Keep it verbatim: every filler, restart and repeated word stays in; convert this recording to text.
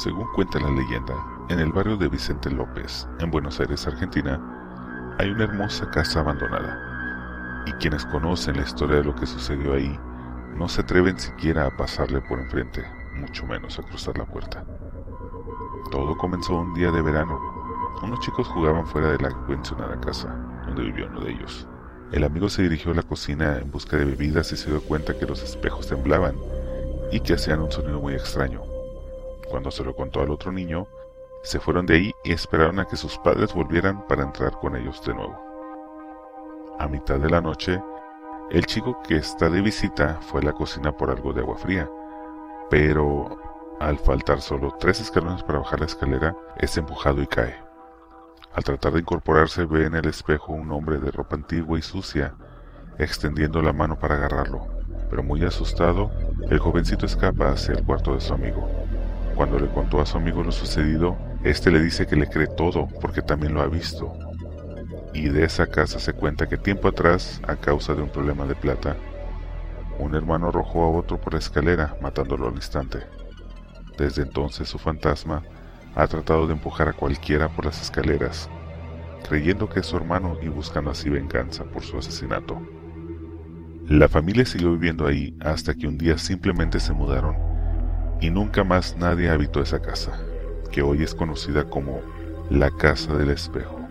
Según cuenta la leyenda, en el barrio de Vicente López, en Buenos Aires, Argentina, hay una hermosa casa abandonada, y quienes conocen la historia de lo que sucedió ahí, no se atreven siquiera a pasarle por enfrente, mucho menos a cruzar la puerta. Todo comenzó un día de verano. Unos chicos jugaban fuera de la mencionada casa, donde vivía uno de ellos. El amigo se dirigió a la cocina en busca de bebidas y se dio cuenta que los espejos temblaban y que hacían un sonido muy extraño. Cuando se lo contó al otro niño, se fueron de ahí y esperaron a que sus padres volvieran para entrar con ellos de nuevo. A mitad de la noche, el chico que está de visita fue a la cocina por algo de agua fría, pero al faltar solo tres escalones para bajar la escalera, es empujado y cae. Al tratar de incorporarse, ve en el espejo un hombre de ropa antigua y sucia, extendiendo la mano para agarrarlo, pero muy asustado, el jovencito escapa hacia el cuarto de su amigo. Cuando le contó a su amigo lo sucedido, este le dice que le cree todo porque también lo ha visto. Y de esa casa se cuenta que tiempo atrás, a causa de un problema de plata, un hermano arrojó a otro por la escalera, matándolo al instante. Desde entonces su fantasma ha tratado de empujar a cualquiera por las escaleras, creyendo que es su hermano y buscando así venganza por su asesinato. La familia siguió viviendo ahí hasta que un día simplemente se mudaron y nunca más nadie habitó esa casa, que hoy es conocida como la Casa del Espejo.